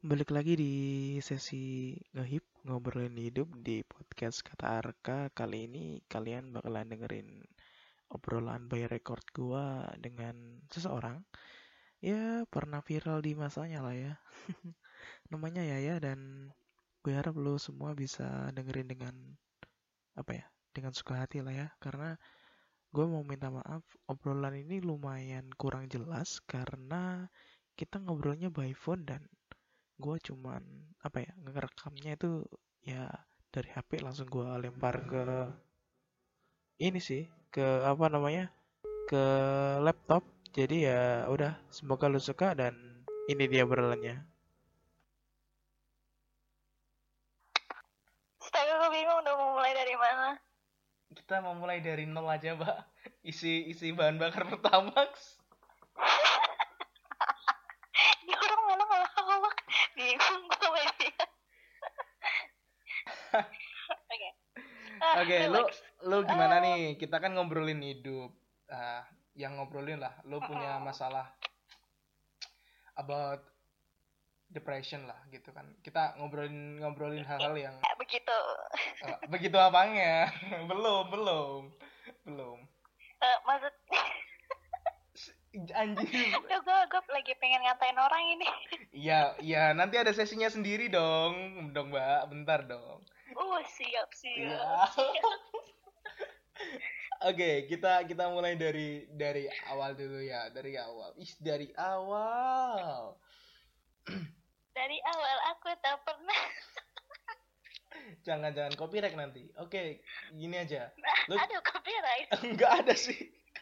Balik lagi di sesi ngehip ngobrolin hidup di podcast Kata Arka. Kali ini kalian bakalan dengerin obrolan by record gua dengan seseorang. Ya, pernah viral di masanya lah ya. Namanya Yaya dan gue harap lo semua bisa dengerin dengan apa ya? Dengan suka hati lah ya. Karena gue mau minta maaf, obrolan ini lumayan kurang jelas karena kita ngobrolnya by phone dan gue cuman apa ya ngerekamnya itu ya dari HP langsung gue lempar ke ini sih ke apa namanya ke laptop. Jadi ya udah, semoga lu suka dan ini dia obrolannya. Astaga, gue bingung udah mau mulai dari mana. Kita mau mulai dari nol aja, Mbak. Isi bahan bakar Pertamax. Ini orang malah ngelawak. Bingung gue lagi. Oke. Oke, Relax. lu gimana nih? Kita kan ngobrolin hidup. Yang ngobrolin lah. Lu punya masalah about depression lah gitu kan. Kita ngobrolin hal-hal yang Begitu. begitu apanya? belum. Maksud Anjir. gue lagi pengen ngatain orang ini. Iya, nanti ada sesinya sendiri dong, Mbak. Bentar dong. Siap. Iya. Oke, kita mulai dari awal dulu ya, dari awal. Dari awal. Dari awal aku tak pernah. Jangan copyright nanti. Oke, gini aja. Lu Aduh, copyright. enggak ada sih.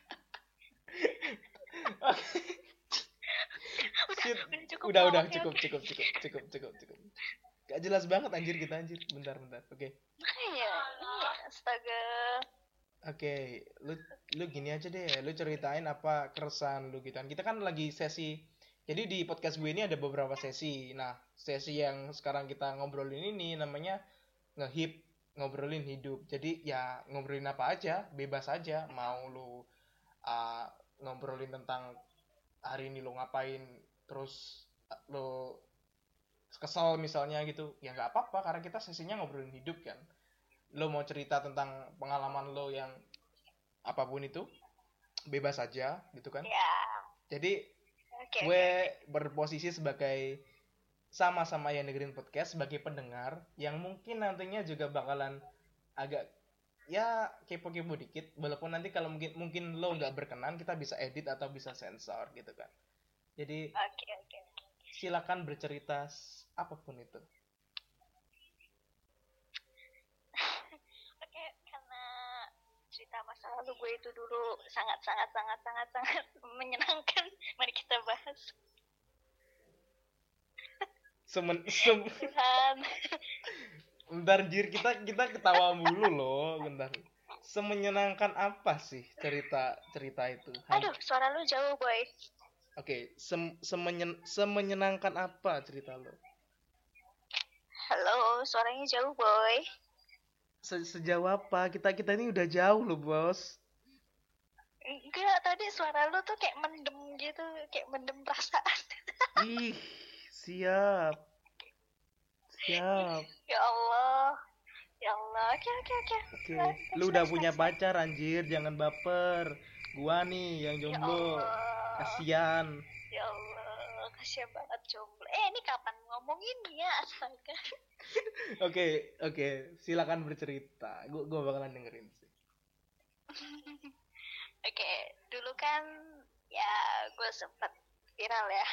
Oke. Shit. Udah, cukup. Gak jelas banget anjir kita anjir. Bentar. Oke. Makanya, astaga. Oke, lu gini aja deh. Lu ceritain apa keresahan lu gitu kan. Kita kan lagi sesi. Jadi di podcast gue ini ada beberapa sesi. Nah, sesi yang sekarang kita ngobrolin ini namanya ngehip, ngobrolin hidup. Jadi ya ngobrolin apa aja, bebas aja. Mau lu uh, ngobrolin tentang hari ini lu ngapain, terus lu kesel misalnya gitu, ya nggak apa-apa karena kita sesinya ngobrolin hidup kan. Lo mau cerita tentang pengalaman lo yang apapun itu bebas aja gitu kan. Ya. Jadi Oke. gue berposisi sebagai sama-sama yang dengerin podcast sebagai pendengar yang mungkin nantinya juga bakalan agak ya kepo-kepo dikit, walaupun nanti kalau mungkin lo nggak berkenan kita bisa edit atau bisa sensor gitu kan. Jadi Oke. silakan bercerita apapun itu. Oke, karena cerita masa lalu gue itu dulu sangat menyenangkan. Mari kita bahas. Tuhan. Bentar jir, kita ketawa mulu loh, bentar. Semenyenangkan apa sih cerita itu? Aduh, suara lu jauh, boy. Oke, semenyenangkan apa cerita lo? Halo, suaranya jauh, boy. Sejauh apa? Kita ini udah jauh loh, bos. Enggak, tadi suara lu tuh kayak mendem gitu, kayak mendem perasaan. Ih, siap. Ya Allah. Oke. Oke, lu udah punya pacar anjir, jangan baper. Gua nih yang jomblo. Kasian. Ya Allah, kasian banget jomblo. Ini kapan ngomongin ya, astaga. Oke, silakan bercerita. Gua bakalan dengerin sih. Oke, dulu kan ya gue sempet viral ya.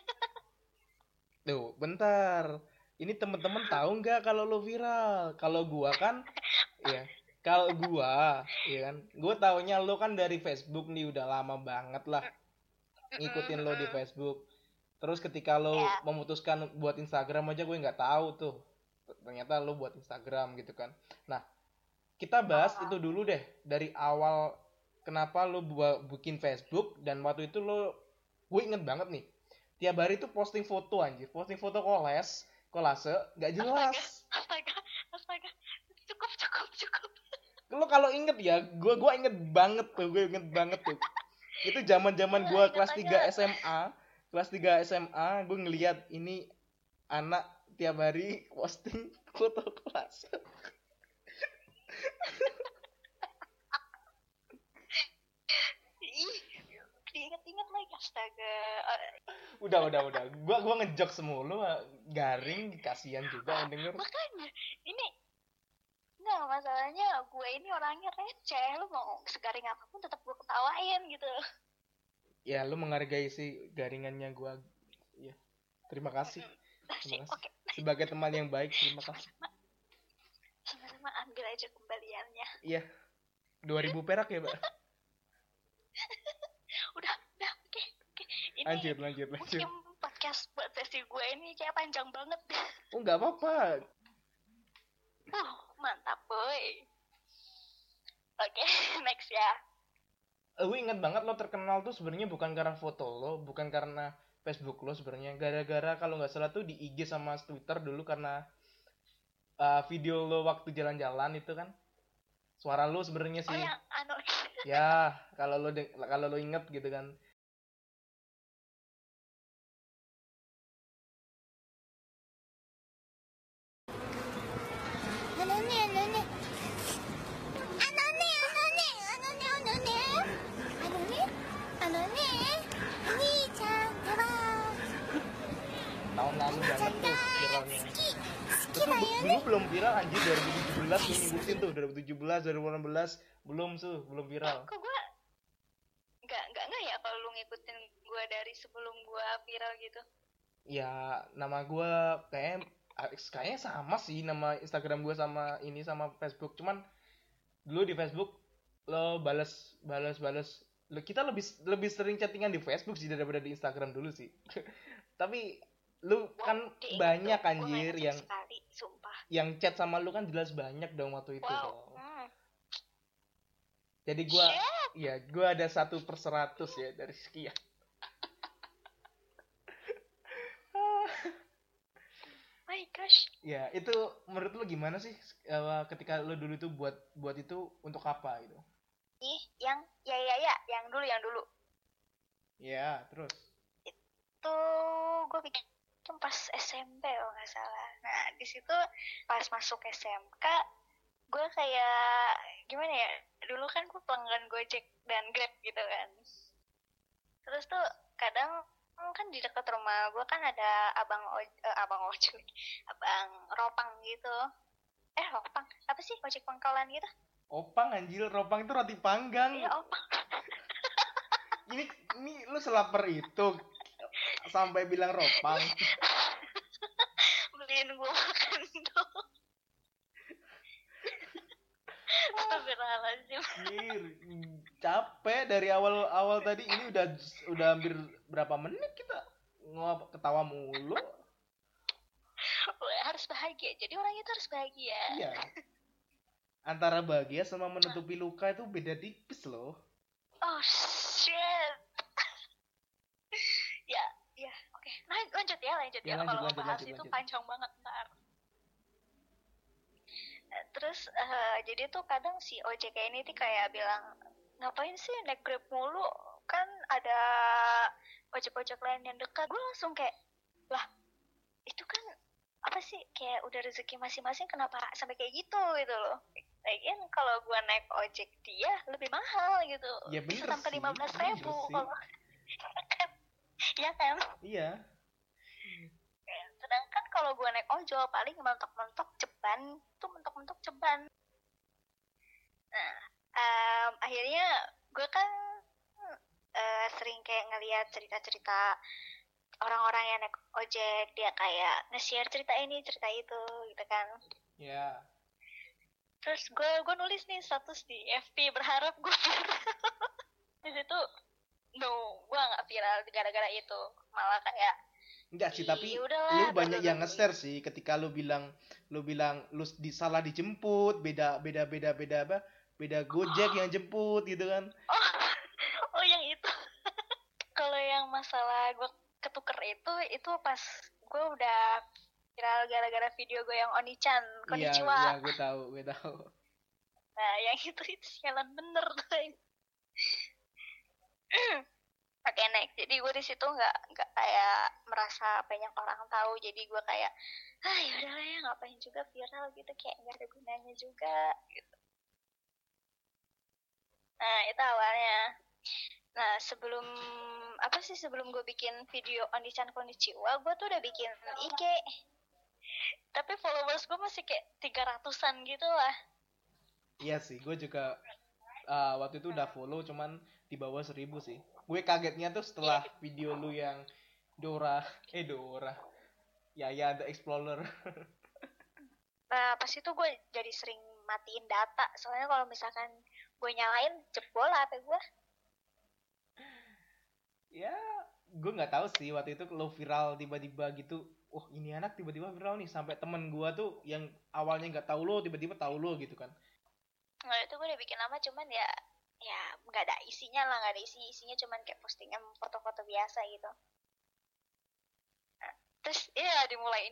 Tuh, bentar. Ini temen-temen tahu nggak kalau lo viral? Kalau gua kan, ya, kalau gua, ya kan, gua taunya lo kan dari Facebook nih udah lama banget lah ngikutin lo di Facebook. Terus ketika lo memutuskan buat Instagram aja gue nggak tahu tuh. Ternyata lo buat Instagram gitu kan. Nah, kita bahas itu dulu deh dari awal kenapa lo bikin Facebook dan waktu itu gue inget banget nih. Tiap hari tuh posting foto anjir, posting foto kolase nggak jelas. Astaga. Cukup. Lo kalau inget ya, gue inget banget tuh. Itu zaman gue kelas 3 SMA gue ngeliat ini anak tiap hari posting foto kelas. Ih, diinget-inget lagi, astaga. Udah. Gua ngejok semulu, garing, kasihan juga yang denger. Makanya ini nggak, masalahnya gue ini orangnya receh, lu mau segaring apapun tetap gue ketawain gitu. Ya, lu menghargai sih garingannya gua. Ya, terima kasih. Terima kasih. Oke, Sebagai teman yang baik, terima kasih. sama-sama ambil aja kembaliannya. Iya. 2.000 perak ya, Mbak? Udah, oke. Ini Lanjut. mungkin podcast buat sesi gue ini kayak panjang banget. Oh, nggak apa-apa. Mantap, boy. Oke, next ya. Gue inget banget lo terkenal tuh sebenarnya bukan karena foto lo, bukan karena Facebook lo sebenarnya. Gara-gara kalau nggak salah tuh di IG sama Twitter dulu karena video lo waktu jalan-jalan itu kan. Suara lo sebenarnya Oh, sih. yang Ya, kalau lo inget gitu kan. Tahun lalu banget tuh viralnya. Dulu belum viral anjir, 2017 gue ngikutin tuh, 2017, 2018 belum viral. Kok gue nggak ya kalau lu ngikutin gue dari sebelum gue viral gitu. Ya, nama gue kayaknya sama sih nama Instagram gue sama Facebook. Cuman dulu di Facebook lo balas. Kita lebih sering chattingan di Facebook sih daripada di Instagram dulu sih. Tapi lu kan banyak anjir yang chat sama lu kan jelas banyak dong waktu itu. Wow. Jadi gue ada 1/100 ya dari sekian. My gosh. Ya, itu menurut lu gimana sih ketika lu dulu itu buat itu untuk apa gitu? Yang yang dulu. Ya, terus. Itu gue bikin pas SMP kalau nggak salah. Nah, di situ pas masuk SMK gue kayak gimana ya? Dulu kan gue pelanggan Gojek dan Grab gitu kan. Terus tuh kadang kan di dekat rumah gue kan ada abang ropang gitu. Ropang apa sih, ojek pangkalan gitu? Opang anjir, ropang itu roti panggang. Iya, opang. ini lu selaper itu sampai bilang ropang. Beliin gue makan dong. Astagfirullahaladzim. Capek dari awal tadi, ini udah hampir berapa menit kita ketawa mulu. Harus bahagia, jadi orang itu harus bahagia. Iya. Antara bahagia sama menutupi luka itu beda tipis loh. Oh shit. ya oke. Lanjut ya. Kalau bahas itu panjang banget ntar. Terus jadi tuh kadang si ojek ini tuh kayak bilang, ngapain sih naik Grab mulu, kan ada ojek-ojek lain yang dekat. Gue langsung kayak, lah itu kan apa sih, kayak udah rezeki masing-masing, kenapa sampai kayak gitu loh. Lagian kalau gue naik ojek dia lebih mahal gitu, ya, bisa sampai 15.000 kalau ya kan. Iya. Sedangkan kalau gue naik ojol paling mentok-mentok ceban. Nah, akhirnya gue kan sering kayak ngeliat cerita-cerita orang-orang yang naik ojek, dia kayak nge-share cerita ini cerita itu gitu kan. Ya. Terus gue nulis nih status di FB berharap gue viral. Di situ gue nggak viral gara-gara itu, malah kayak enggak sih, tapi lu banyak yang nge-share sih ketika lu bilang lu salah dijemput, beda Gojek yang jemput gitu kan. Oh yang itu. Kalau yang masalah gue ketuker itu pas gue udah viral gara-gara video gue yang Oni-chan konnichiwa. Iya, gue tahu. Nah, yang itu sialan bener tuh. Oke, next. Jadi gue di situ nggak kayak merasa banyak orang tahu, jadi gue kayak yaudahlah ya, ngapain juga viral gitu, kayak nggak ada gunanya juga gitu. Nah itu awalnya. Nah sebelum gue bikin video Onichan Konnichiwa, gue tuh udah bikin IG, tapi followers gue masih kayak 300-an gitu lah. Iya sih, gue juga waktu itu udah follow, cuman di bawah 1.000 sih. Gue kagetnya tuh setelah video lu yang Dora ya The Explorer. Nah pas itu gue jadi sering matiin data, soalnya kalau misalkan gue nyalain jebol HP gue. Ya, gue nggak tahu sih waktu itu lo viral tiba-tiba gitu. Oh, ini anak tiba-tiba viral nih, sampai temen gue tuh yang awalnya nggak tahu lo tiba-tiba tahu lo gitu kan. Nah itu gue udah bikin lama, cuman ya nggak ada isinya lah, nggak ada isinya cuman kayak postingan foto-foto biasa gitu. Nah, terus dimulai.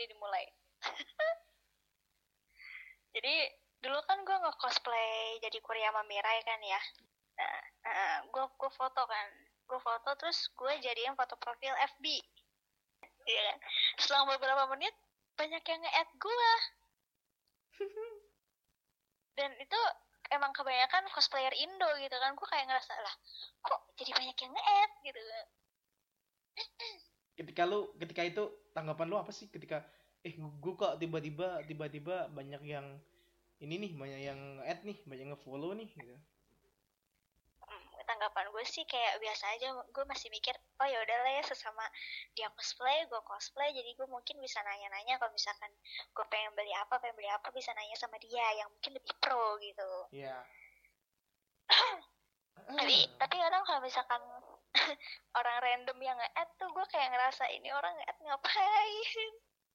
Jadi dulu kan gue nge-cosplay jadi Kuriyama Mirai kan ya. Nah, gue foto terus gue jadiin foto profil FB. Iya kan? Selang beberapa menit banyak yang nge-add gue. Dan itu emang kebanyakan cosplayer Indo gitu kan. Gue kayak ngerasa lah, kok jadi banyak yang nge-add gitu. Ketika itu tanggapan lu apa sih ketika gue kok tiba-tiba banyak yang ini nih, banyak yang add nih, banyak yang nge-follow nih gitu. Tanggapan gue sih kayak biasa aja. Gue masih mikir, oh ya udahlah ya, sesama dia cosplay, gue cosplay, jadi gue mungkin bisa nanya-nanya kalau misalkan gue pengen beli apa bisa nanya sama dia yang mungkin lebih pro gitu. Iya. Tapi kadang kalau misalkan orang random yang nge-add tuh, gue kayak ngerasa ini orang nge-add ngapain.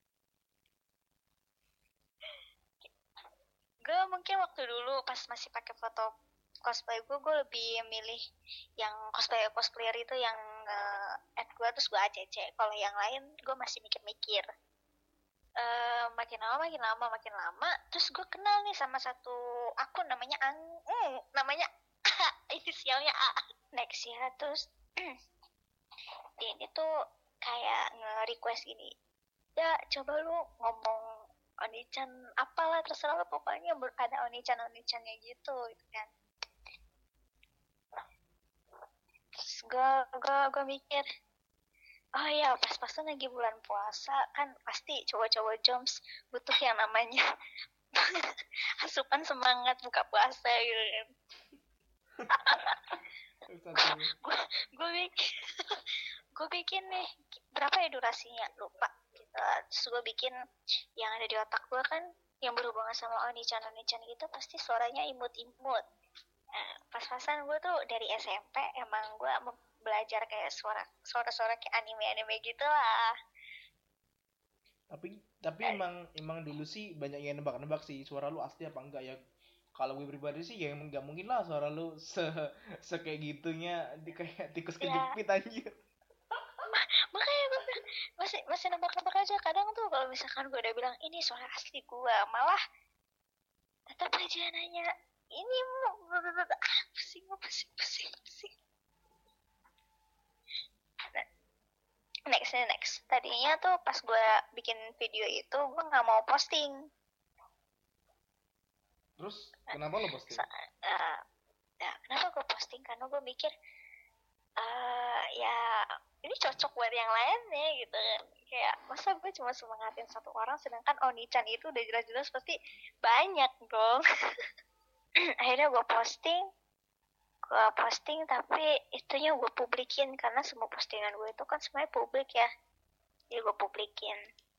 Gue mungkin waktu dulu pas masih pakai foto cosplay gue lebih milih yang cosplayer itu yang add gue terus gue ACC. Kalau yang lain gue masih mikir-mikir. Makin lama terus gue kenal nih sama satu akun namanya namanya inisialnya A. Next ya, terus ini tuh kayak nge-request gini, ya coba lu ngomong Onichan apalah, terserah lu, pokoknya ada Onichan-Onichannya gitu kan. Terus gue mikir, oh ya pas-pasan lagi bulan puasa kan, pasti cowok-cowok joms butuh yang namanya asupan semangat buka puasa gitu kan. gue bikin nih, berapa ya durasinya lupa gitu. Terus gue bikin yang ada di otak gue kan yang berhubungan sama Onichan gitu, pasti suaranya imut-imut. Nah, pas-pasan gue tuh dari SMP emang gue belajar kayak suara-suara kayak anime gitu lah. Tapi emang dulu sih banyak yang nebak-nebak sih suara lu asli apa enggak ya. Kalau gue pribadi sih ya nggak mungkin lah suara lu kayak gitunya kayak tikus kejepit anjir. Makanya gue masih nebak-nebak aja. Kadang tuh kalau misalkan gue udah bilang ini suara asli gue, malah tetap aja nanya ini pusing. Next. Tadinya tuh pas gue bikin video itu gue nggak mau posting. Terus kenapa lo posting? Kenapa gue posting? Karena gue mikir ya ini cocok buat yang lain ya gitu kan. Kayak masa gue cuma semangatin satu orang, sedangkan Onichan itu udah jelas-jelas pasti banyak dong. Akhirnya gue posting tapi itunya gue publikin, karena semua postingan gue itu kan semuanya publik ya, jadi gue publikin.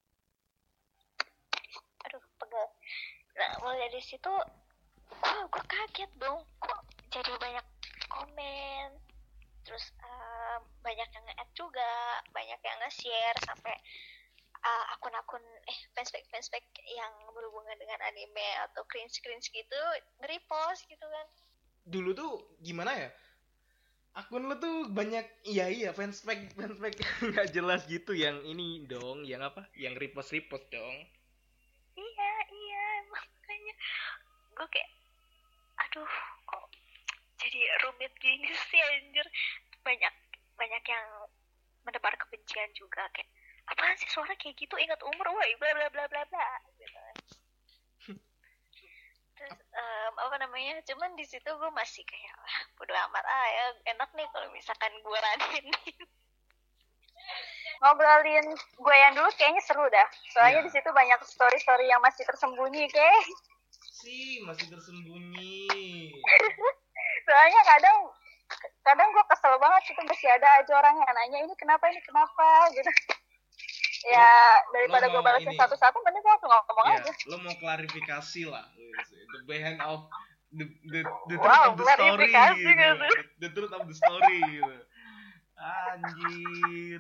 Aduh pegel. Nah mulai dari situ gue kaget dong, kok jadi banyak komen, terus banyak yang nge-add juga, banyak yang nge-share, sampai akun-akun fanspage yang berhubungan dengan anime atau cringe gitu nge-repost gitu kan. Dulu tuh gimana ya, akun lo tuh banyak iya fanspage nggak jelas gitu, yang ini dong, yang apa, yang repost dong. Iya emang, makanya gue kayak aduh kok jadi rumit gini sih anjir. Banyak banyak yang menebar kebencian juga, kayak apaan sih suara kayak gitu, ingat umur, woi, bla bla bla bla bla gitu. Terus apa namanya, cuman di situ gue masih kayak bodo amat ya, enak nih kalau misalkan gue radein. Ngobrolin gue yang dulu kayaknya seru dah, soalnya di situ banyak story-story yang masih tersembunyi kayak. Masih tersembunyi. Soalnya kadang gue kesel banget itu, masih ada aja orang yang nanya ini kenapa gitu. Ya daripada gue balasin satu-satu, mending gue langsung ngomong aja. Lo mau klarifikasi lah, the behind of the wow, truth of the story gitu. The truth of the story gitu. Anjir,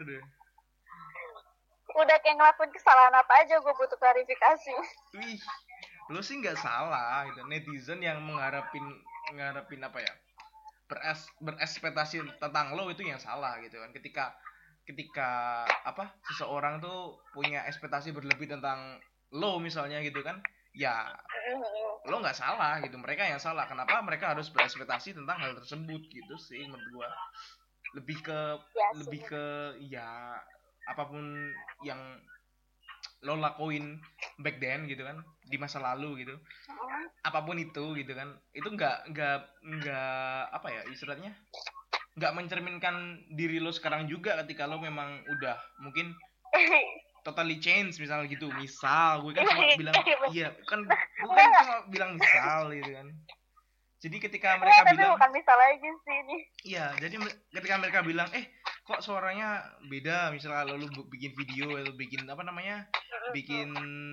udah kayak ngelakuin kesalahan apa aja gue butuh klarifikasi. Wih, lo sih nggak salah gitu. Netizen yang mengharapin apa ya, berekspektasi tentang lo itu yang salah gitu kan. Ketika apa, seseorang tuh punya ekspektasi berlebih tentang lo misalnya gitu kan, ya lo nggak salah gitu, mereka yang salah. Kenapa mereka harus berekspektasi tentang hal tersebut gitu sih menurut gua. Lebih ke ya apapun yang lo lakuin back then gitu kan, di masa lalu gitu, apapun itu gitu kan, itu nggak apa ya istilahnya, nggak mencerminkan diri lo sekarang juga ketika lo memang udah mungkin totally change misal gitu. Misal gue kan cuma bilang iya kan, gue kan cuma bilang misal gitu kan. Jadi ketika mereka bilang, bukan misal lagi sih ini. Iya, jadi ketika mereka bilang kok suaranya beda, misalnya kalau lu bikin video atau bikin apa namanya, bikin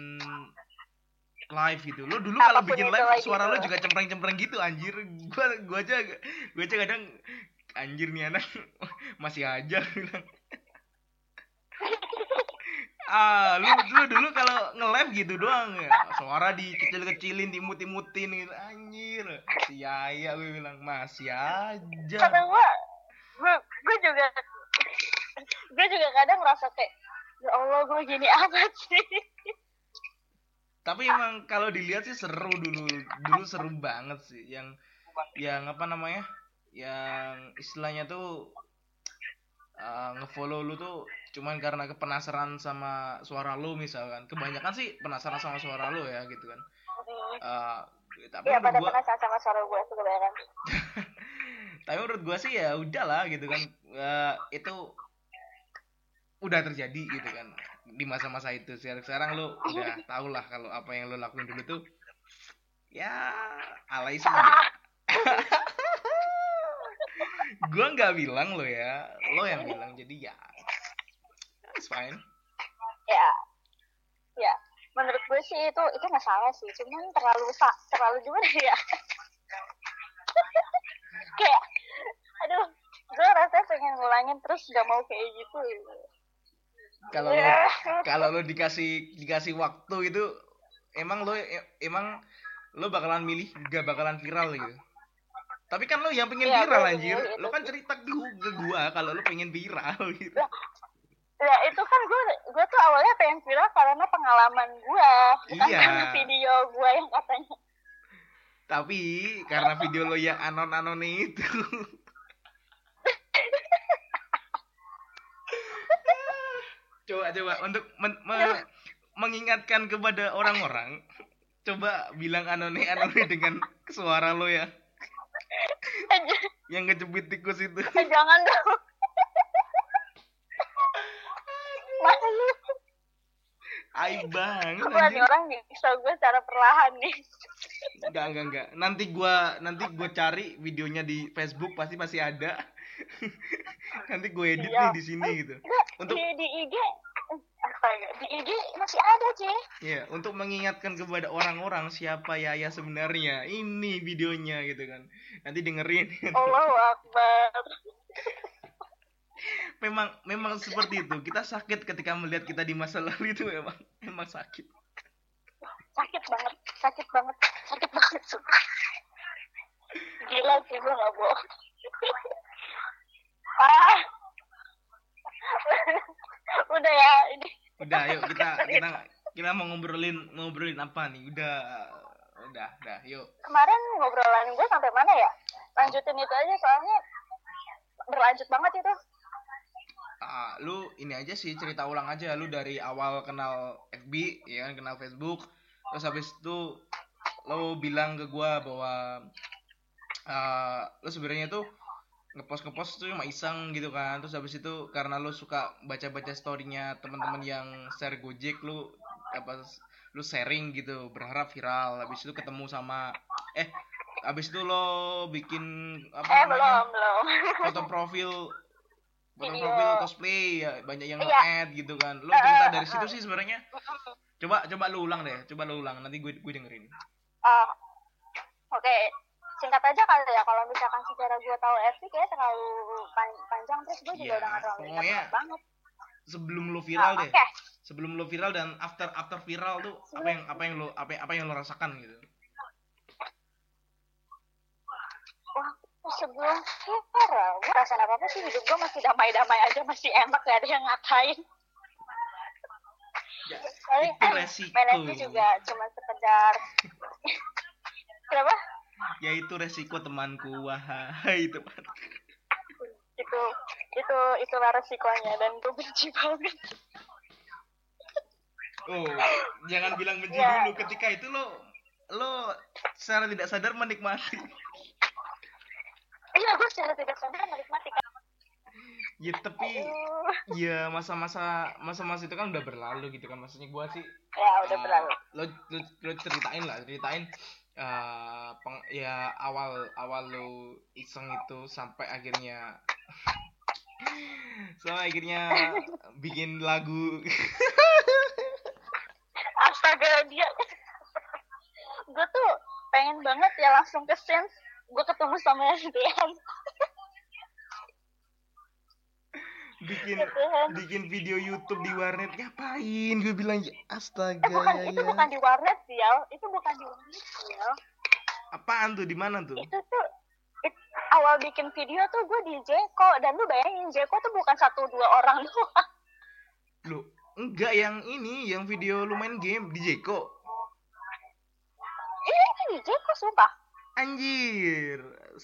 live gitu. Lo dulu kalau bikin live suara lo juga cempreng-cempreng gitu anjir. Gua aja kadang anjir nih anak masih aja bilang. Lu dulu kalau nge-live gitu doang ya, suara dikecil-kecilin, dimut-imutin gitu anjir. Si Yaya gue bilang masih aja. Kata gue juga kadang merasa kayak ya Allah gue gini amat sih. Tapi emang kalau dilihat sih seru dulu seru banget sih, yang apa namanya, yang istilahnya tuh ngefollow lu tuh cuman karena penasaran sama suara lu misalkan. Kebanyakan sih penasaran sama suara lu ya gitu kan. Tapi ya, pada gua penasaran sama suara gue sebenarnya. Tapi menurut gua sih ya udahlah gitu kan. Itu udah terjadi gitu kan di masa-masa itu. Sekarang lu udah tau lah kalau apa yang lu lakuin dulu tuh ya alay sih ya. Gue nggak bilang lo ya, lo yang bilang, jadi ya it's fine. Ya menurut gue sih itu nggak salah sih, cuman terlalu juga deh ya. Kayak aduh, gue rasanya pengen ngulangin terus nggak mau kayak gitu. Kalau lo dikasih waktu itu, emang lo bakalan milih gak bakalan viral gitu. Tapi kan lo yang pengen viral anjir. Lo kan cerita ke gua kalau lo pengen viral gitu. Ya itu kan gue tuh awalnya pengen viral karena pengalaman gue, bukan karena video gue yang katanya. Tapi karena video lo yang anon itu. Coba untuk mengingatkan kepada orang-orang, coba bilang anone dengan suara lo ya. Yang ngejepit tikus itu. Jangan dong. Malu. Aib banget. Berarti orang bisa gue secara perlahan nih. Enggak. Nanti gue cari videonya di Facebook, pasti ada. Nanti gue edit nih di sini gitu. Untuk di IG di IG masih ada sih. Iya, untuk mengingatkan kepada orang-orang siapa Yaya sebenarnya. Ini videonya gitu kan. Nanti dengerin. Allahu Akbar. Memang seperti itu. Kita sakit ketika melihat kita di masa lalu itu memang sakit. Sakit banget sumpah. Gila sih, gue gak bohong. Udah ya ini. Udah, yuk kita mau ngobrolin apa nih? Udah, yuk. Kemarin ngobrolan gue sampai mana ya? Lanjutin itu aja soalnya berlanjut banget itu. lu ini aja sih, cerita ulang aja lu dari awal kenal FB, ya kan, kenal Facebook, terus habis itu lu bilang ke gua bahwa lu sebenarnya tuh ngepost tuh cuma iseng gitu kan, terus habis itu karena lu suka baca-baca storynya teman-teman yang share Gojek, lu sharing gitu, berharap viral, habis itu ketemu sama habis itu lo bikin apa namanya belum foto profil video. cosplay ya, banyak yang Iya. nge-add gitu kan. Lo cerita dari situ sih sebenarnya. Coba lu ulang deh, nanti gue dengerin. Oke. Singkat aja kali ya, kalau misalkan secara gue tahu FB kayak terlalu panjang, terus gue juga Iya, udah gak terlalu pokoknya ingat banget. sebelum lo viral deh. Oke. Sebelum lo viral dan after viral tuh apa yang lo rasakan gitu. Wah, sebelum viral gue rasain apa sih, hidup gue masih damai-damai aja, masih enak, gak ada yang ngatain. Ya, Kali itu resiko. mainnya juga cuma sekedar kenapa? Ya itu resiko temanku, wahai teman. Itulah resikonya, dan gue benci banget. Oh, jangan bilang benci Ya. dulu, ketika itu lo secara tidak sadar menikmati. Iya, gue secara tidak sadar menikmati kan. Ya tapi ya masa-masa itu kan udah berlalu gitu kan, maksudnya gua sih Ya udah berlalu. lo ceritain ya awal lo iseng itu sampai akhirnya bikin lagu. Astaga, dia gue tuh pengen banget ya langsung ke sense gue ketemu sama SDM. bikin video YouTube di warnet, ngapain? Gue bilang ya astaga. Itu bukan di warnet sih, itu bukan di warnet sih. Apaan tuh, di mana tuh? Itu tuh awal bikin video tuh gue di Jeko, dan lu bayangin Jeko tuh bukan 1-2 orang doang. Lu enggak, yang ini, yang video lu main game di Jeko. Ini di Jeko sumpah. Anjir,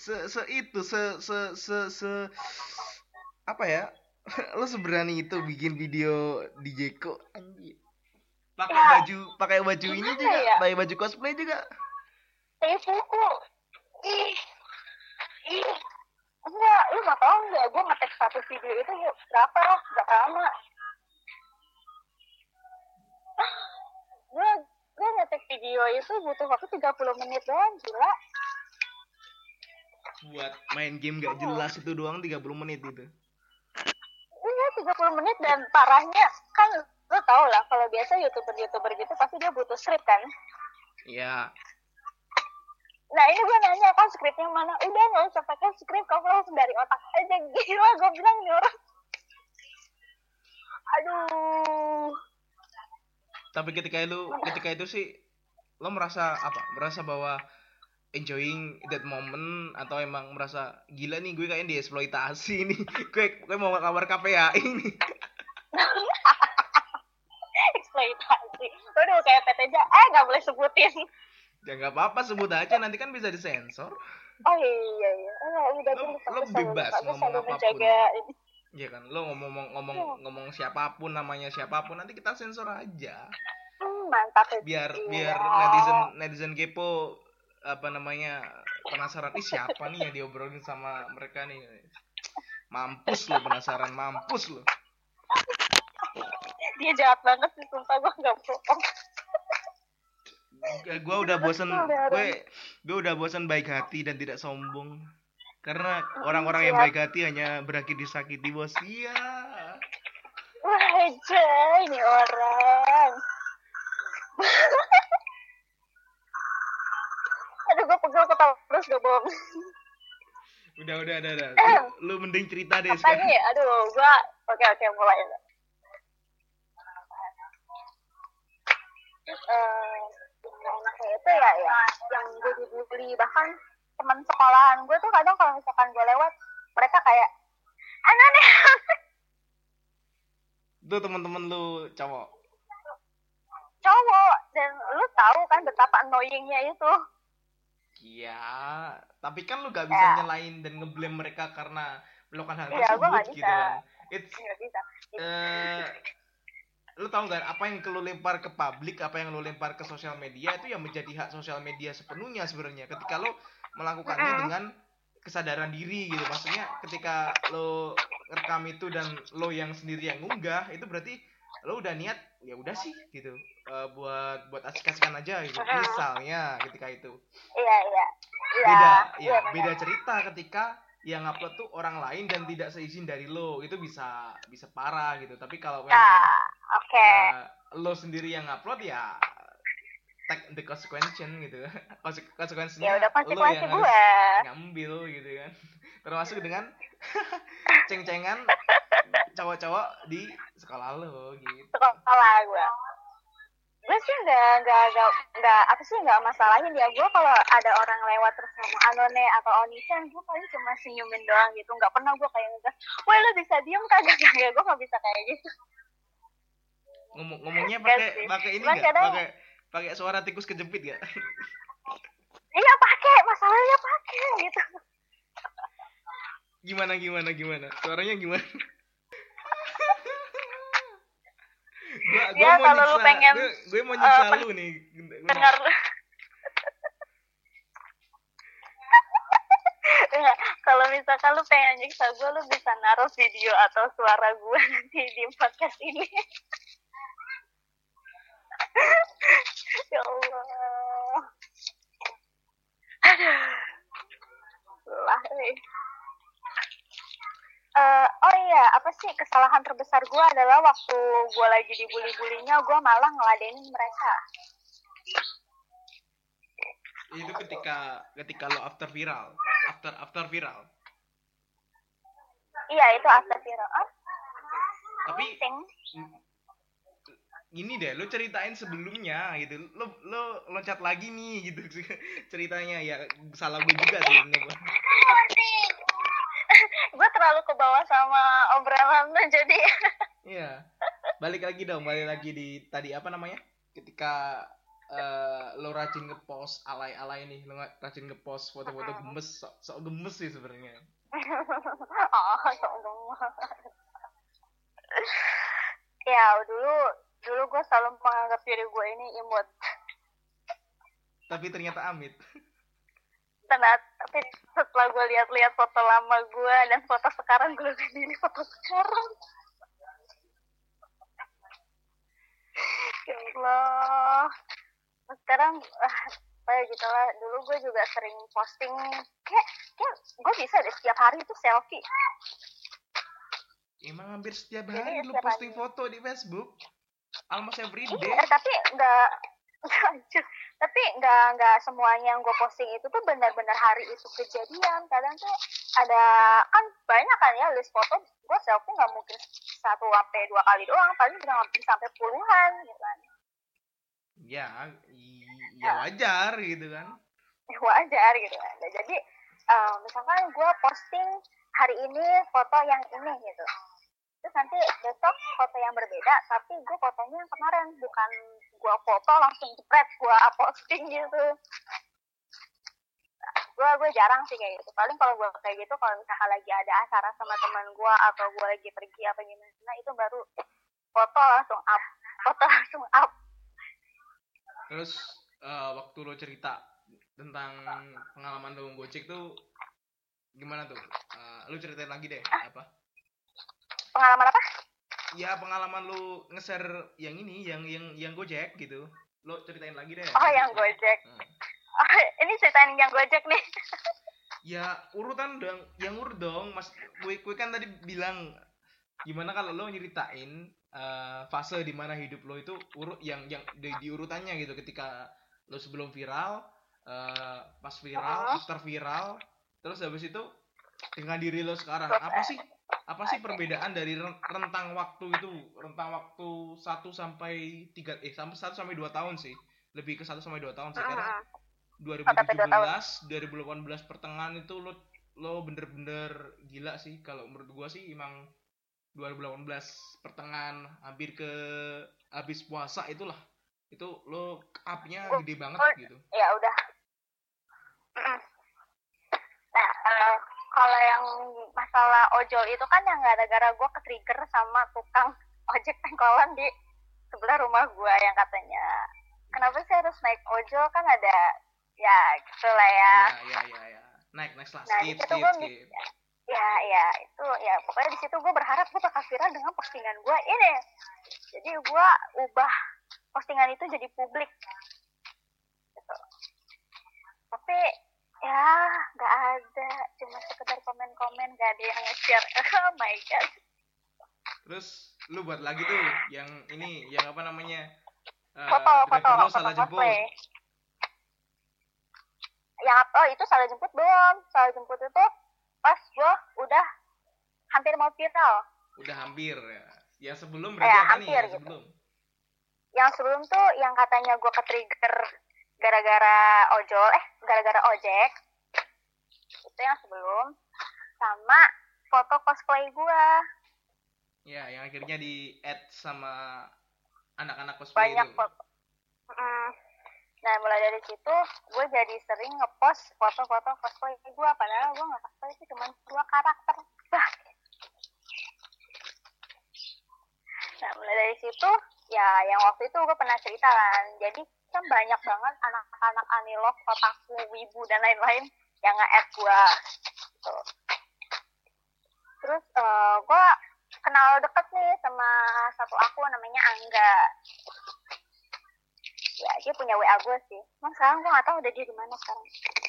apa ya? Lo seberani itu bikin video di Jeko, anjir. Pakai baju ini juga, ya? pakai baju cosplay juga. Buku. Enggak, lu gak tau enggak, gue ngetek satu video itu berapa lama. Gue ngetek video itu butuh waktu 30 menit doang, gila. Buat main game gak jelas itu doang 30 menit itu. Iya, 30 menit, dan parahnya kan lo tau lah, kalau biasa youtuber gitu pasti dia butuh script kan. Iya. Nah ini gue nanya kan skripnya mana, udah gak usah pakai skrip, kamu langsung dari otak aja. Gila, gue bilang nih orang, aduh. Tapi ketika itu sih lo merasa apa? Merasa bahwa enjoying that moment, atau emang merasa gila nih gue kayaknya dieksploitasi nih. gue mau kamar KPAI ini. Eksploitasi. Udah kayak PT aja, gak boleh sebutin. Ya nggak apa-apa, sebut aja, nanti kan bisa disensor. Oh iya. Udah lo bebas ngomong apapun. Menjaga ini. Iya kan, lo ngomong siapapun, namanya siapapun, nanti kita sensor aja. Mantap. Biar netizen kepo, apa namanya, penasaran, siapa nih yang diobrolin sama mereka nih. Mampus lo, penasaran, mampus lo. Dia jahat banget sih, sumpah, gue nggak bohong. Gue udah bosan baik hati dan tidak sombong, karena orang-orang yang baik hati hanya berakhir disakiti, bos. Iya. Wah aja ini orang. Aduh, gue pegel ketawa terus, gak bohong. Udah. Lu mending cerita deh sekarang. Apanya ya? Aduh, gue oke mulai. Enaknya itu ya yang gue dibully, bahkan teman sekolahan gue tuh kadang kalau misalkan gue lewat, mereka kayak aneh. Itu teman-teman lu cowok, dan lu tahu kan betapa annoyingnya itu. Iya, tapi kan lu gak bisa nyalain dan ngeblame mereka karena melakukan hal Iya, gue tersebut nggak gitu bisa. kan. It's Nggak bisa. lu tahu nggak, apa yang lu lempar ke publik, apa yang lu lempar ke sosial media itu yang menjadi hak sosial media sepenuhnya sebenarnya, ketika lo melakukannya dengan kesadaran diri gitu. Maksudnya ketika lo rekam itu dan lo yang sendiri yang ngunggah, itu berarti lo udah niat ya udah sih gitu, buat asik-asikan aja gitu misalnya ketika itu. Iya. Beda Iya, ya, beda cerita ketika yang upload tuh orang lain dan tidak seizin dari lo, itu bisa parah gitu. Tapi kalau memang oke. lo sendiri yang upload, ya take the consequence gitu. Konsekuensinya Ya udah, lo konsekuensi yang gue harus ngambil gitu kan. Termasuk dengan ceng-cengan cowok-cowok di sekolah lo gitu. sekolah gue sih nggak apa sih, nggak masalahin ya. Gue kalau ada orang lewat terus ngomong Anone atau Onichan, gue paling cuma senyumin doang gitu. Nggak pernah gue kayak ngegas, woi lo bisa diem kagak, gue nggak bisa kayak gitu. Ngomongnya pakai ini nggak, pakai suara tikus kejepit gak? Iya pakai, masalahnya pakai gitu. Gimana suaranya gimana? Ya kalau lu pengen gue mau nyiksa lu nih dengar. Kalau misalkan lu pengen nyiksa gue, lu bisa naruh video atau suara gue nanti di podcast ini. Ya Allah. Aduh. Lah nih. Oh iya, apa sih kesalahan terbesar gue adalah waktu gue lagi dibully-bulinya, gue malah ngeladenin mereka. Itu ketika lo after viral. Iya, itu after viral. Tapi gini deh, lo ceritain sebelumnya gitu. Lo loncat lagi nih gitu ceritanya. Ya salah gue juga sih. Gue terlalu ke bawah sama obrolan lo jadi. Iya. Balik lagi di tadi apa namanya? Ketika lo rajin ngepost alay-alay nih, lo rajin ngepost foto-foto gemes, sok gemes sih sebenarnya. Sok gemes. Ya dulu gue selalu menganggap diri gue ini imut. Tapi ternyata amit. Tapi setelah gue lihat-lihat foto lama gue dan foto sekarang, gue lebih milih foto sekarang. Ya Allah. Sekarang kayak gitu lah. Dulu gue juga sering posting kayak gue bisa deh setiap hari itu selfie. Emang hampir setiap hari lu posting foto di Facebook? Almost every day. Iya, tapi nggak semuanya yang gue posting itu tuh benar-benar hari itu kejadian. Kadang tuh ada kan banyak kan ya list foto gue selfie, nggak mungkin 1 sampai 2 kali doang, paling juga nggak sampai puluhan gitu kan. Ya wajar gitu kan. Wajar gitu kan. Nah, jadi misalkan gue posting hari ini foto yang ini gitu, terus nanti besok foto yang berbeda, tapi gue fotonya yang kemarin, bukan gue foto langsung jepret gue posting gitu. Gue jarang sih kayak gitu. Paling kalau gue kayak gitu kalau misalkan lagi ada acara sama teman gue atau gue lagi pergi apa gimana, itu baru foto langsung up. Terus waktu lo cerita tentang pengalaman lo Gojek tuh gimana tuh? Lo ceritain lagi deh. Apa? Pengalaman apa? Ya pengalaman lo nge-share yang ini, yang Gojek gitu. Lo ceritain lagi deh. Oh, yang Gojek. Oh, ini ceritain yang Gojek nih. Ya urutan dong, yang urut dong, Mas. Gue kan tadi bilang gimana kalau lo nyeritain fase di mana hidup lo itu urut yang di urutannya gitu, ketika lo sebelum viral, pas viral, after viral, terus habis itu dengan diri lo sekarang. Apa sih perbedaan dari rentang waktu 1 sampai 2 tahun sih. Lebih ke 1 sampai 2 tahun sih, karena 2017, 2018 pertengahan itu lo bener-bener gila sih. Kalau menurut gua sih emang 2018 pertengahan hampir ke habis puasa itulah, itu lo up-nya gede banget gitu. Ya udah. Nah, kalau yang masalah ojol itu kan yang gara-gara gue ke-trigger sama tukang ojek pengkolan di sebelah rumah gue yang katanya kenapa sih harus naik ojol, kan ada ya gitu lah ya. Ya. Next lah. Nah Skip. ya itu ya pokoknya di situ gue berharap gue bakal viral dengan postingan gue ini. Jadi gue ubah postingan itu jadi publik gitu. Tapi ya nggak ada, cuma sekedar komen-komen, nggak ada yang nge-share. Oh my god. Terus lu buat lagi tuh yang ini, yang apa namanya, Foto salah jemput. Yang itu salah jemput belum? Salah jemput itu pas gue udah hampir mau viral. Udah hampir ya. Yang sebelum berarti apa nih? Yang gitu. sebelum? Yang sebelum tuh yang katanya gue ke-trigger gara-gara gara-gara ojek. Itu yang sebelum. Sama foto cosplay gue. Ya, yang akhirnya di-add sama anak-anak cosplay banyak itu. Foto. Nah, mulai dari situ gue jadi sering ngepost foto-foto cosplay gue, padahal gue nggak cosplay sih, cuma 2 karakter. Nah, mulai dari situ ya yang waktu itu gue pernah cerita kan, jadi kan banyak banget anak-anak anilog, otaku, wibu dan lain-lain yang nge-add gue gitu. Terus gue kenal deket nih sama satu akun namanya Angga. Ya dia punya WA gue sih. Emang sekarang gue nggak tahu udah dia di mana sekarang.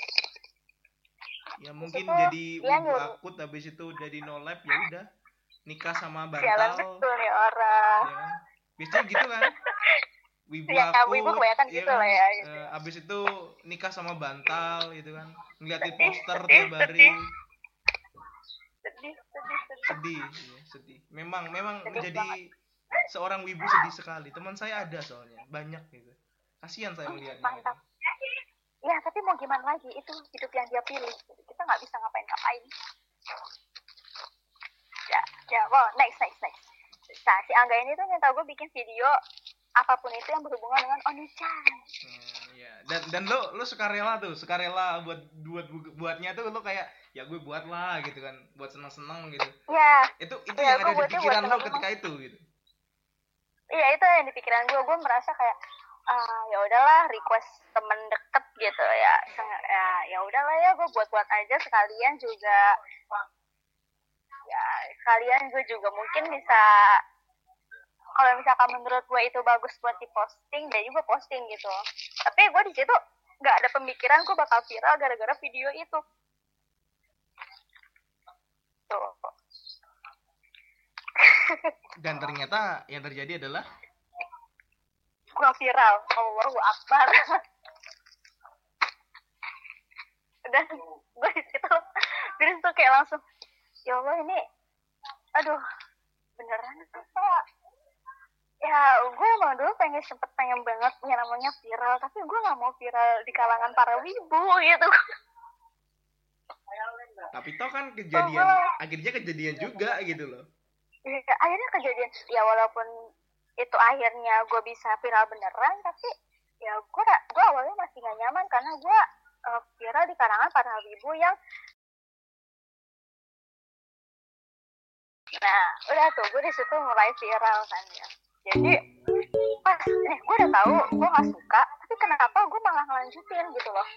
Ya mungkin jadi wibu akut, habis itu jadi no lab, ya udah nikah sama bantal. Jalan betul nih orang. Ya kan? Biasanya gitu kan. Wibu ya, akut. Wibu kebanyakan ya gitu kan? lah ya. Gitu. Abis itu nikah sama bantal gitu kan. Ngeliatin poster tiap hari. Sedih. Memang sedih menjadi banget. Seorang wibu sedih sekali. Teman saya ada soalnya, banyak gitu. Kasihan saya melihatnya. Mantap. Ya, tapi mau gimana lagi? Itu hidup yang dia pilih. Kita nggak bisa ngapain-ngapain. Ya, next. Nah, si Angga ini tuh minta gue bikin video apapun itu yang berhubungan dengan Oni-chan. Ya. Dan lo sukarela buatnya tuh lo kayak ya gue buat lah gitu kan, buat seneng-seneng gitu. Ya. Itu yang ada di pikiran lo ketika itu gitu. Iya, itu yang di pikiran gue. Gue merasa kayak ya udahlah, request temen deket gitu ya. Ya udahlah ya, gue buat aja sekalian juga. Ya, sekalian gue juga mungkin bisa, kalau misalkan menurut gue itu bagus buat diposting, jadi gue posting gitu. Tapi gue di situ nggak ada pemikiran gue bakal viral gara-gara video itu. Tuh. Dan ternyata yang terjadi adalah gue viral. Allahu Akbar. Dan gue di situ kayak langsung, ya Allah ini, aduh, beneran apa? Ya, gue emang dulu sempet pengen banget yang namanya viral, tapi gue nggak mau viral di kalangan para wibu gitu. Tapi toh kan akhirnya kejadian juga gitu loh. Ya, akhirnya kejadian. Ya walaupun itu akhirnya gue bisa viral beneran, tapi ya gue awalnya masih gak nyaman karena gue viral di kalangan para wibu yang, nah udah tuh gue disitu mulai viral kan ya. Jadi pas gue udah tahu gue nggak suka, tapi kenapa gue malah ngelanjutin gitu loh,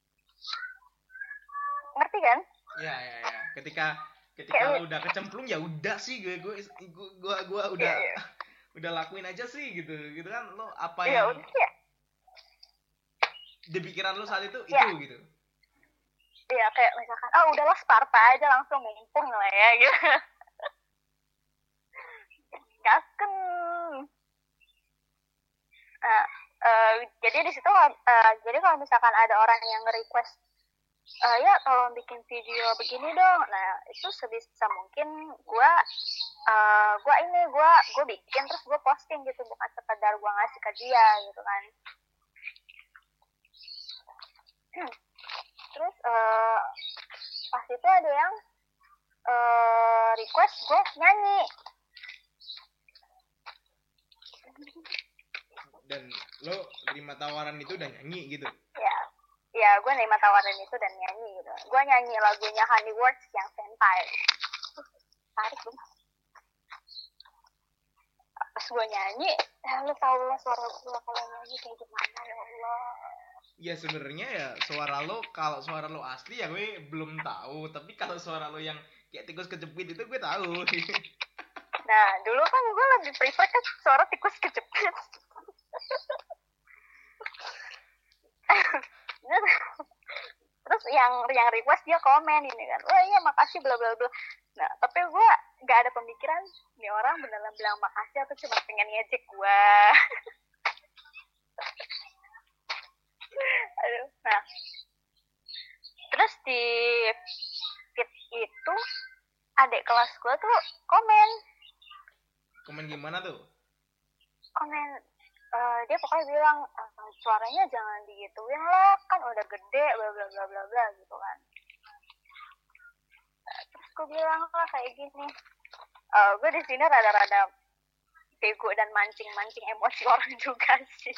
ngerti kan? Ya. Ketika kayak udah kecemplung ya udah sih gue udah udah lakuin aja sih gitu kan. Lo apa yang di pikiran lo saat itu gitu. Iya, kayak misalkan udahlah Sparta aja langsung mumpung lah ya gitu. Gasken. Jadi di situ jadi kalau misalkan ada orang yang nge-request ya tolong bikin video begini dong, nah itu sebisa mungkin gue bikin terus gue posting gitu, bukan sekedar gue ngasih ke dia gitu kan. Terus pas itu ada yang request gue nyanyi. Dan lo terima tawaran itu dan nyanyi gitu? Ya gue nerima tawaran itu dan nyanyi gitu. Gue nyanyi lagunya Honey Words yang Senpai. tertarik dong. Pas gue nyanyi, lu tau lah suara gue kalau nyanyi kayak gimana, ya Allah. Ya sebenarnya ya suara lo, kalau suara lo asli ya gue belum tahu, tapi kalau suara lo yang kayak tikus kejepit itu gue tahu. Nah, dulu kan gue lebih prefer kan suara tikus kejepit. Terus yang request dia komen ini kan, oh iya makasih bla bla bla. Nah, tapi gue nggak ada pemikiran nih orang beneran bilang makasih atau cuma pengen ngejek gue. Aduh, nah terus di feed itu adik kelas gue tuh komen Gimana tuh? Dia pokoknya bilang suaranya jangan digituin lah, kan udah gede bla bla bla bla bla gitu kan. Terus gue bilang lah kayak gini, gue di sini rada-rada bego dan mancing emosi orang juga sih.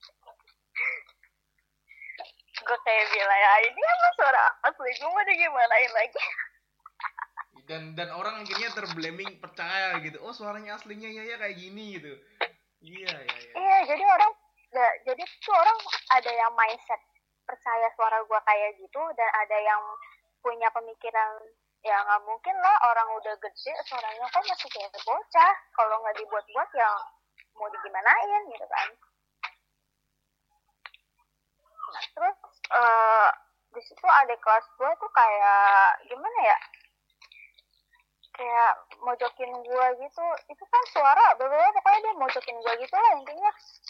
Gue kayak bilang ya ini apa suara asli gue mau digimanain lagi. Dan orang akhirnya terblaming percaya gitu, oh suaranya aslinya ya kayak gini gitu. Iya. Iya, jadi tuh orang ada yang mindset percaya suara gue kayak gitu, dan ada yang punya pemikiran ya nggak mungkin lah orang udah gede suaranya kok masih kayak bocah, kalau nggak dibuat-buat ya mau digimanain gitu kan. Nah terus di situ adik kelas gue tuh kayak gimana ya, kayak mojokin gue gitu, itu kan suara pokoknya dia mojokin gue gitu lah intinya.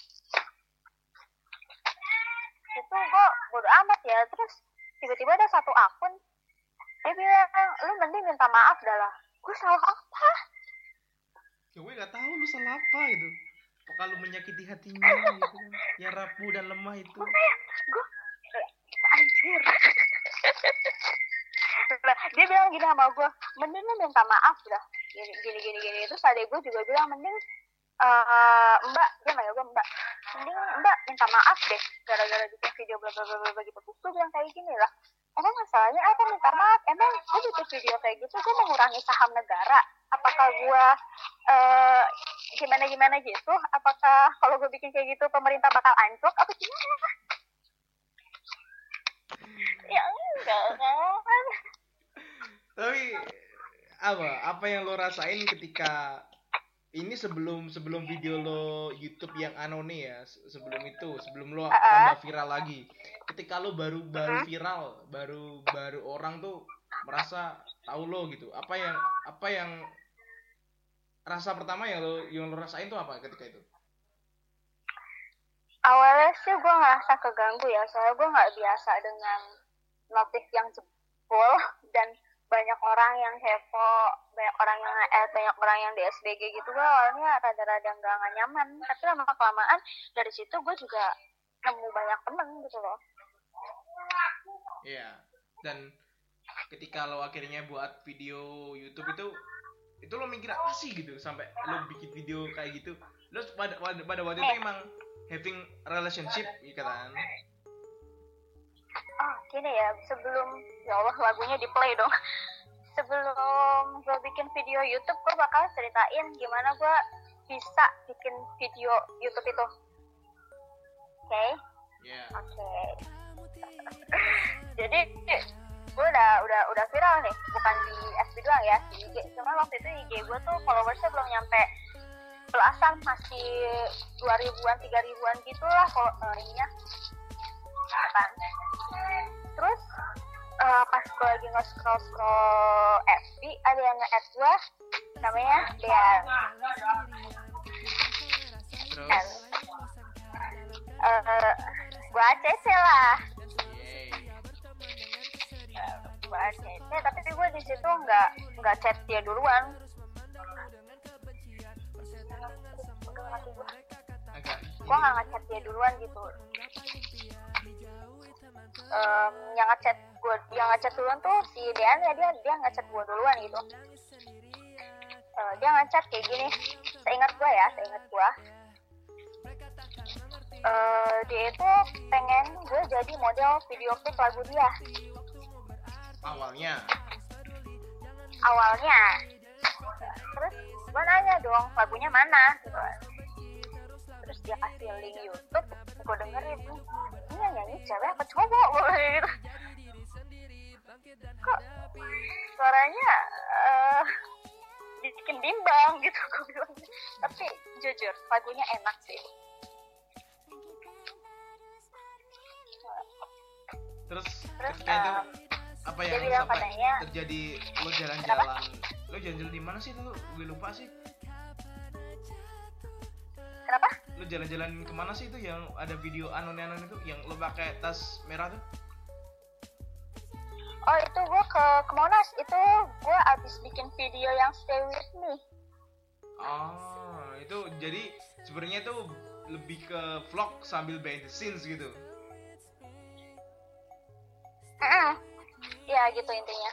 Itu gue bodo amat ya. Terus tiba-tiba ada satu akun dia bilang, lu mending minta maaf dah lah. Gue salah apa? Ya gue nggak tahu lu salah apa gitu. Apakah lu menyakiti hatinya gitu kan, yang rapuh dan lemah itu. Gue anjir. Nah, dia bilang gini sama gue, mending lu minta maaf dah, gini. Terus adek gue juga bilang, mending mbak, dia manggil gue mbak, mending mbak minta maaf deh gara-gara bikin video bla bla bla gitu. Terus gue bilang kayak gini lah, emang masalahnya apa minta maaf? Emang gue bikin video kayak gitu gue mengurangi saham negara? Apakah gue gimana gitu? Apakah kalau gue bikin kayak gitu pemerintah bakal anjlok apa gimana? Ya enggak kan. Tapi apa yang lo rasain ketika ini sebelum video lo YouTube yang anoni ya, sebelum lo tambah viral lagi, ketika lo baru viral, baru orang tuh merasa tahu lo gitu, apa yang rasa pertama yang lo rasain tuh apa ketika itu? Awalnya sih gue ngerasa keganggu ya, soalnya gue nggak biasa dengan notif yang jebol dan banyak orang yang kepo, banyak orang yang nge-add, banyak orang yang di SBG gitu. Gue awalnya rada-rada nggak nyaman, tapi lama-kelamaan dari situ gue juga nemu banyak temen gitu loh. Iya, dan ketika lo akhirnya buat video YouTube itu lo mikir apa sih gitu sampai lo bikin video kayak gitu? Lo pada waktu itu emang having relationship gitu kan? Oh gini ya, sebelum ya Allah lagunya di play dong. Sebelum gue bikin video YouTube, gue bakal ceritain gimana gue bisa bikin video YouTube itu. Oke? Yeah. Oke. Jadi gue udah viral nih, bukan di FB doang ya, di IG. Cuma waktu itu IG gue tuh followersnya belum nyampe belasan, masih 2.000-an, 3.000-an gitu lah kalau ininya. Kan. Terus pas gue lagi nge-scroll FB, ada yang nge-add gue, namanya Dean. Terus? Gue ACC lah. Gue ACC, tapi gue di situ nggak chat dia duluan. Gue nggak ngechat dia duluan gitu. Yang ngechat duluan tuh si Dean ya, dia ngechat gue duluan gitu. Dia ngechat kayak gini, seingat gue dia itu pengen gue jadi model video klip lagu dia. Awalnya gue nanya dong lagunya mana gitu kan. Terus dia kasih link YouTube, gue dengerin, ini yang nyanyi cewek apa cowok gitu. Kok suaranya bikin bimbang gitu gue bilang. Tapi jujur lagunya enak sih. Terus Terus ketika itu apa dia yang bilang sampai katanya, terjadi? Lo jalan-jalan di mana sih tuh? Gue lupa sih. kenapa? Lo jalan-jalan kemana sih itu yang ada video anon itu yang lo pakai tas merah tuh? Oh itu gue ke Monas, itu gue abis bikin video yang Stay With Me. Oh, itu jadi sebenarnya itu lebih ke vlog sambil behind the scenes gitu. Ya gitu intinya.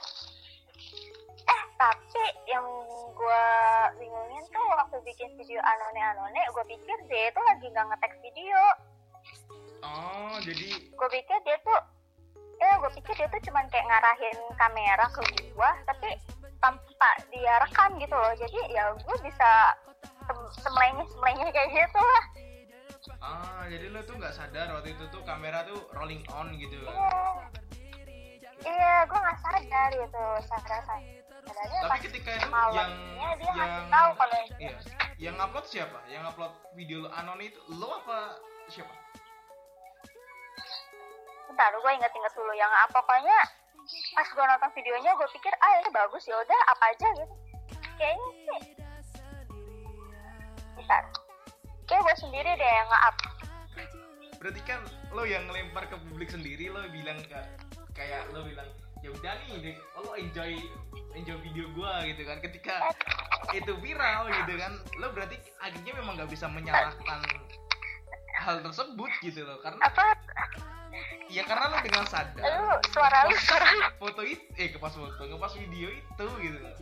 Tapi yang gue bingungin tuh waktu bikin video anone, gue pikir dia itu lagi nggak nge-tag video. Oh, jadi Gue pikir dia tuh cuman kayak ngarahin kamera ke gue, tapi tanpa dia rekam gitu loh. Jadi ya gue bisa semlengnya kayak gitu lah. jadi lo tuh nggak sadar waktu itu tuh kamera tuh rolling on gitu. Iya, gue nggak sadar gitu. Sadarnya Tapi pas ketika itu malamnya dia yang ngasih tahu kalau iya, yang upload siapa? Yang upload video anon itu lo apa siapa? bentar gue inget dulu yang apa, pokoknya pas gue nonton videonya gue pikir ini bagus, ya udah apa aja gitu kayaknya sih. Bentar, kayak gue sendiri deh yang nge-up. Berarti kan lo yang ngelempar ke publik sendiri, lo bilang kayak lo bilang ya udah nih lo enjoy video gua gitu kan. Ketika itu viral gitu kan, lo berarti akhirnya memang nggak bisa menyalahkan hal tersebut gitu loh, karena Apa? ya karena lo dengan sadar Suara lu foto itu ngepas video itu gitu loh.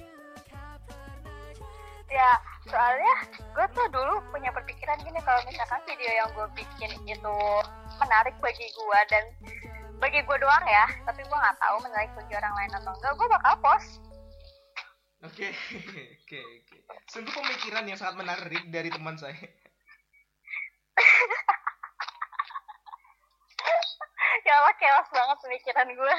ya, soalnya gue tuh dulu punya perpikiran gini, kalau misalkan video yang gue bikin itu menarik bagi gue dan bagi gue doang ya, tapi gue nggak tahu menarik bagi orang lain atau enggak, gue bakal post. Oke. Sungguh pemikiran yang sangat menarik dari teman saya. Ya Allah, chaos banget pemikiran gue.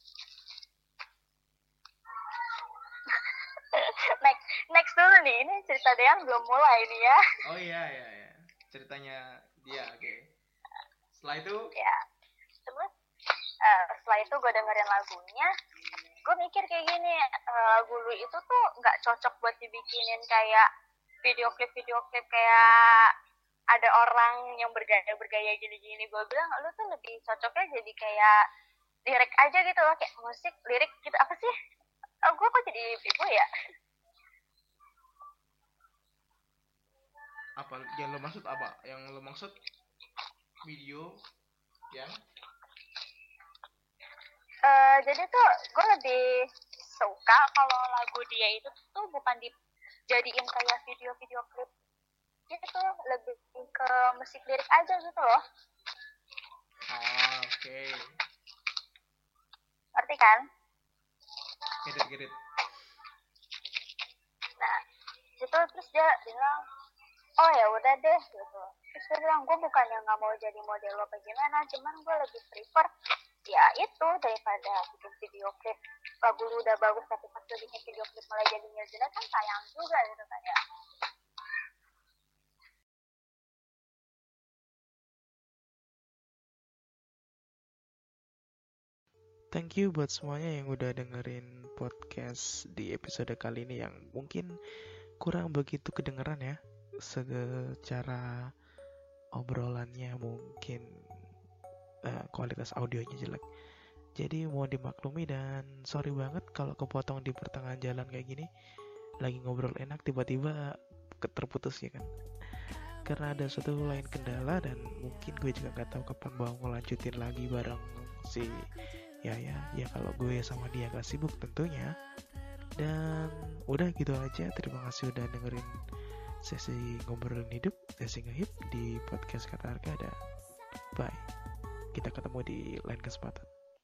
Next dulu nih, ini cerita Dean belum mulai nih ya. Oh iya. Ceritanya dia, oke. Setelah itu? Ya, terus setelah itu gue dengerin lagunya, gue mikir kayak gini, lagu lu itu tuh nggak cocok buat dibikinin kayak video klip kayak ada orang yang bergaya gini-gini. Gue bilang lu tuh lebih cocoknya jadi kayak lirik aja gitu loh, kayak musik lirik gitu. Apa sih? Gue kok jadi ibu ya? Apa yang lo maksud? Apa yang lo maksud? Video yang jadi tuh gue lebih suka kalau lagu dia itu tuh bukan dijadiin kayak video klip gitu, lebih ke musik lirik aja gitu loh. Oke. Ngerti kan? Get it. Nah, itu terus dia bilang, oh ya udah deh gitu. Terus dia bilang, gue bukannya nggak mau jadi model lo apa gimana, cuman gue lebih prefer ya itu daripada bikin video klip. Lagu lu udah bagus tapi pas lu bikin video klip malah jadinya jelek, kan sayang juga gitu kan ya. Thank you buat semuanya yang udah dengerin podcast di episode kali ini yang mungkin kurang begitu kedengeran ya. Secara obrolannya mungkin kualitas audionya jelek. Jadi mohon dimaklumi dan sorry banget kalau kepotong di pertengahan jalan kayak gini. Lagi ngobrol enak tiba-tiba terputus ya kan. Karena ada suatu lain kendala dan mungkin gue juga gak tahu kapan mau ngelanjutin lagi bareng si ya kalau gue sama dia gak sibuk tentunya. Dan udah gitu aja, terima kasih udah dengerin sesi ngobrolin hidup, sesi ngehip di podcast Kata Arkada. Bye, kita ketemu di lain kesempatan.